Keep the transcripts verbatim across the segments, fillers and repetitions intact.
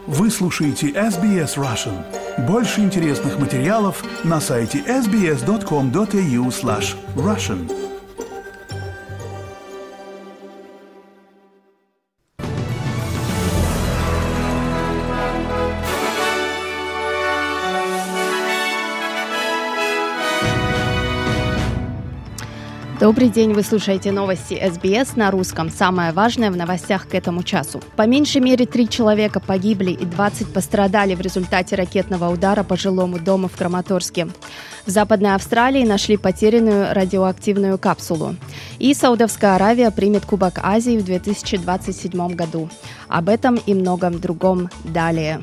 Вы слушаете эс би эс Russian. Больше интересных материалов на сайте эс би эс точка ком точка эй ю слэш Russian. Добрый день, вы слушаете новости эс би эс на русском. Самое важное в новостях к этому часу. По меньшей мере три человека погибли и двадцать пострадали в результате ракетного удара по жилому дому в Краматорске. В Западной Австралии нашли потерянную радиоактивную капсулу. И Саудовская Аравия примет Кубок Азии в две тысячи двадцать седьмом году. Об этом и многом другом далее.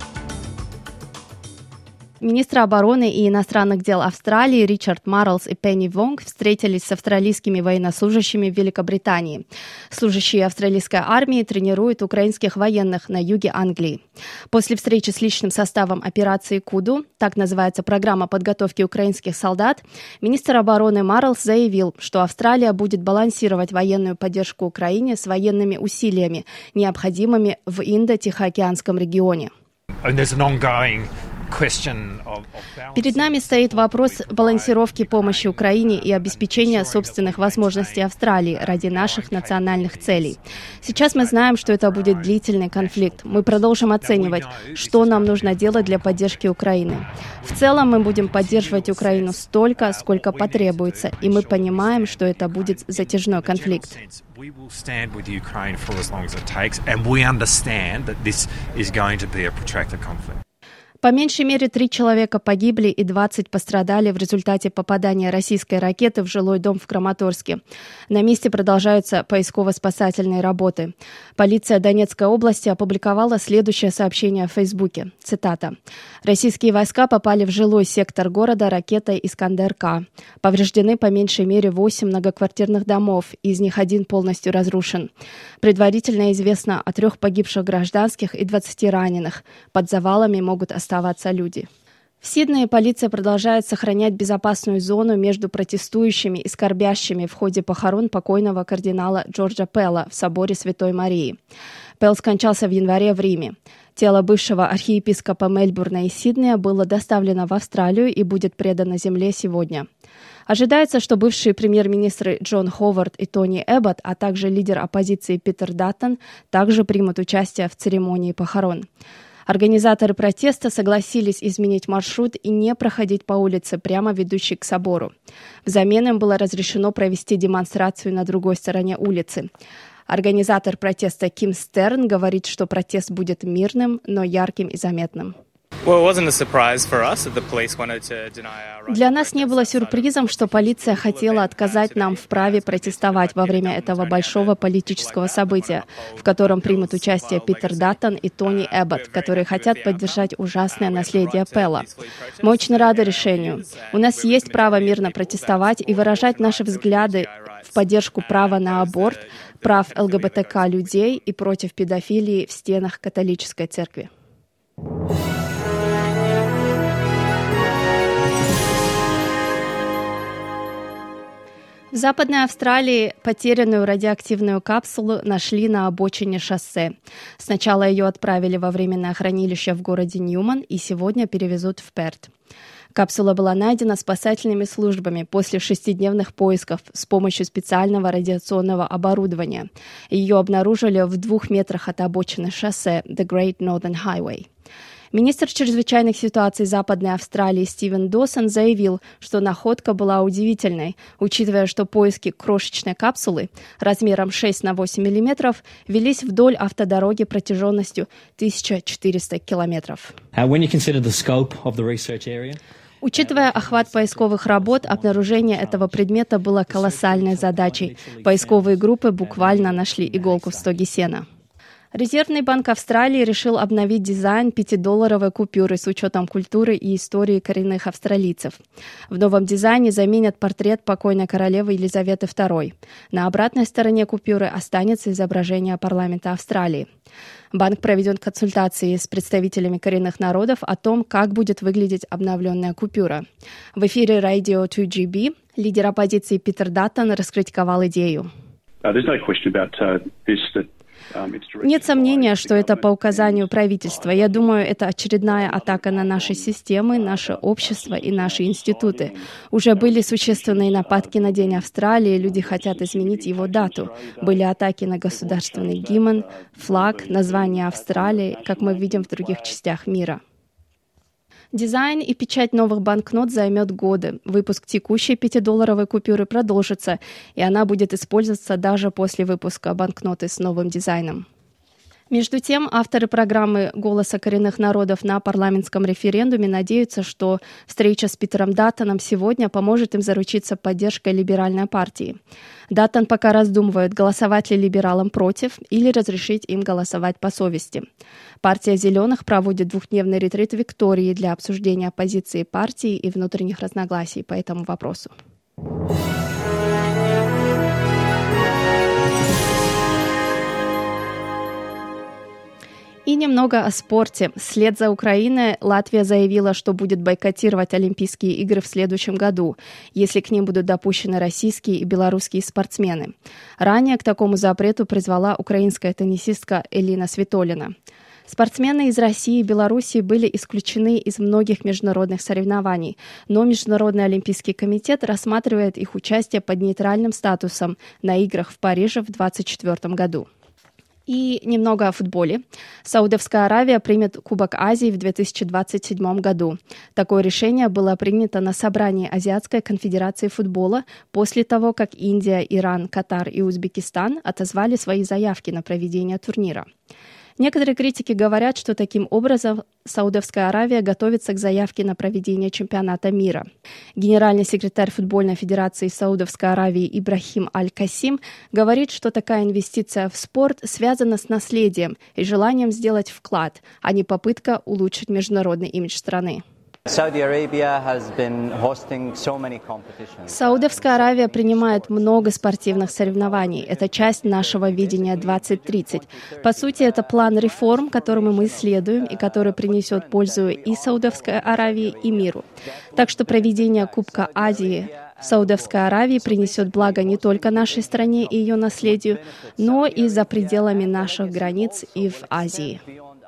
Министры обороны и иностранных дел Австралии Ричард Маррлс и Пенни Вонг встретились с австралийскими военнослужащими в Великобритании. Служащие австралийской армии тренируют украинских военных на юге Англии. После встречи с личным составом операции «Куду», так называется программа подготовки украинских солдат, министр обороны Маррлс заявил, что Австралия будет балансировать военную поддержку Украине с военными усилиями, необходимыми в Индо-Тихоокеанском регионе. Перед нами стоит вопрос балансировки помощи Украине и обеспечения собственных возможностей Австралии ради наших национальных целей. Сейчас мы знаем, что это будет длительный конфликт. Мы продолжим оценивать, что нам нужно делать для поддержки Украины. В целом мы будем поддерживать Украину столько, сколько потребуется, и мы понимаем, что это будет затяжной конфликт. По меньшей мере три человека погибли и двадцать пострадали в результате попадания российской ракеты в жилой дом в Краматорске. На месте продолжаются поисково-спасательные работы. Полиция Донецкой области опубликовала следующее сообщение в Фейсбуке. Цитата. «Российские войска попали в жилой сектор города ракетой «Искандер-К». Повреждены по меньшей мере восемь многоквартирных домов, из них один полностью разрушен. Предварительно известно о трех погибших гражданских и двадцати раненых. Под завалами могут оставаться оставаться люди». В Сиднее полиция продолжает сохранять безопасную зону между протестующими и скорбящими в ходе похорон покойного кардинала Джорджа Пелла в соборе Святой Марии. Пелл скончался в январе в Риме. Тело бывшего архиепископа Мельбурна и Сиднея было доставлено в Австралию и будет предано земле сегодня. Ожидается, что бывшие премьер-министры Джон Ховард и Тони Эбботт, а также лидер оппозиции Питер Даттон также примут участие в церемонии похорон. Организаторы протеста согласились изменить маршрут и не проходить по улице, прямо ведущей к собору. Взамен им было разрешено провести демонстрацию на другой стороне улицы. Организатор протеста Ким Стерн говорит, что протест будет мирным, но ярким и заметным. Для нас не было сюрпризом, что полиция хотела отказать нам в праве протестовать во время этого большого политического события, в котором примут участие Питер Даттон и Тони Эбботт, которые хотят поддержать ужасное наследие Пелла. Мы очень рады решению. У нас есть право мирно протестовать и выражать наши взгляды в поддержку права на аборт, прав эл гэ бэ тэ ка людей и против педофилии в стенах католической церкви. В Западной Австралии потерянную радиоактивную капсулу нашли на обочине шоссе. Сначала ее отправили во временное хранилище в городе Ньюман и сегодня перевезут в Перт. Капсула была найдена спасательными службами после шестидневных поисков с помощью специального радиационного оборудования. Ее обнаружили в двух метрах от обочины шоссе The Great Northern Highway. Министр чрезвычайных ситуаций Западной Австралии Стивен Досон заявил, что находка была удивительной, учитывая, что поиски крошечной капсулы размером шесть на восемь миллиметров велись вдоль автодороги протяженностью тысяча четыреста километров. Учитывая охват поисковых работ, обнаружение этого предмета было колоссальной задачей. Поисковые группы буквально нашли иголку в стоге сена. Резервный банк Австралии решил обновить дизайн пятидолларовой купюры с учетом культуры и истории коренных австралийцев. В новом дизайне заменят портрет покойной королевы Елизаветы второй. На обратной стороне купюры останется изображение парламента Австралии. Банк проведет консультации с представителями коренных народов о том, как будет выглядеть обновленная купюра. В эфире радио два джи би лидер оппозиции Питер Даттон раскритиковал идею. Нет сомнения, что это по указанию правительства. Я думаю, это очередная атака на наши системы, наше общество и наши институты. Уже были существенные нападки на День Австралии, люди хотят изменить его дату. Были атаки на государственный гимн, флаг, название Австралии, как мы видим в других частях мира. Дизайн и печать новых банкнот займет годы. Выпуск текущей пятидолларовой купюры продолжится, и она будет использоваться даже после выпуска банкноты с новым дизайном. Между тем, авторы программы «Голоса коренных народов» на парламентском референдуме надеются, что встреча с Питером Даттоном сегодня поможет им заручиться поддержкой либеральной партии. Даттон пока раздумывает, голосовать ли либералам против или разрешить им голосовать по совести. Партия «Зеленых» проводит двухдневный ретрит в Виктории для обсуждения позиции партии и внутренних разногласий по этому вопросу. И немного о спорте. Вслед за Украиной Латвия заявила, что будет бойкотировать Олимпийские игры в следующем году, если к ним будут допущены российские и белорусские спортсмены. Ранее к такому запрету призвала украинская теннисистка Элина Свитолина. Спортсмены из России и Белоруссии были исключены из многих международных соревнований, но Международный олимпийский комитет рассматривает их участие под нейтральным статусом на играх в Париже в две тысячи двадцать четвёртом году. И немного о футболе. Саудовская Аравия примет Кубок Азии в две тысячи двадцать седьмом году. Такое решение было принято на собрании Азиатской конфедерации футбола после того, как Индия, Иран, Катар и Узбекистан отозвали свои заявки на проведение турнира. Некоторые критики говорят, что таким образом Саудовская Аравия готовится к заявке на проведение чемпионата мира. Генеральный секретарь футбольной федерации Саудовской Аравии Ибрахим Аль-Касим говорит, что такая инвестиция в спорт связана с наследием и желанием сделать вклад, а не попытка улучшить международный имидж страны. Саудовская Аравия принимает много спортивных соревнований. Это часть нашего видения двадцать тридцать. По сути, это план реформ, которому мы следуем и который принесет пользу и Саудовской Аравии, и миру. Так что проведение Кубка Азии в Саудовской Аравии принесет благо не только нашей стране и ее наследию, но и за пределами наших границ и в Азии.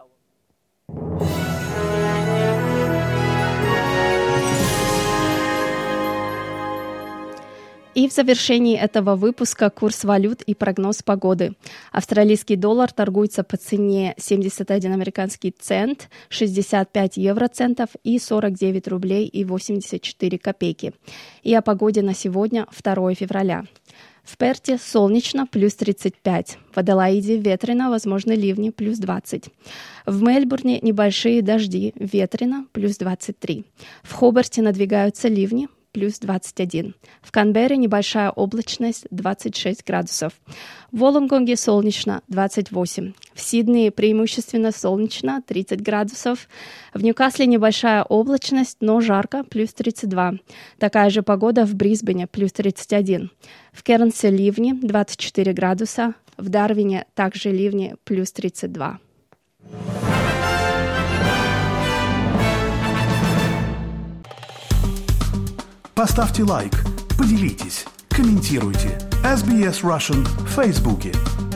И в завершении этого выпуска курс валют и прогноз погоды. Австралийский доллар торгуется по цене семьдесят один американский цент, шестьдесят пять евроцентов и сорок девять рублей и восемьдесят четыре копейки. И о погоде на сегодня, второе февраля. В Перте солнечно, плюс тридцать пять. В Аделаиде ветрено, возможны ливни, плюс двадцать. В Мельбурне небольшие дожди, ветрено, плюс двадцать три. В Хобарте надвигаются ливни, плюс двадцать один. В Канберре небольшая облачность, двадцать шесть градусов. В Волонгонге солнечно, двадцать восемь. В Сиднее преимущественно солнечно, тридцать градусов. В Ньюкасле небольшая облачность, но жарко, плюс тридцать два. Такая же погода в Брисбене, плюс тридцать один. В Кернсе ливни, двадцать четыре градуса. В Дарвине также ливни, плюс тридцать два. Поставьте лайк, поделитесь, комментируйте. эс би эс Russian в Фейсбуке.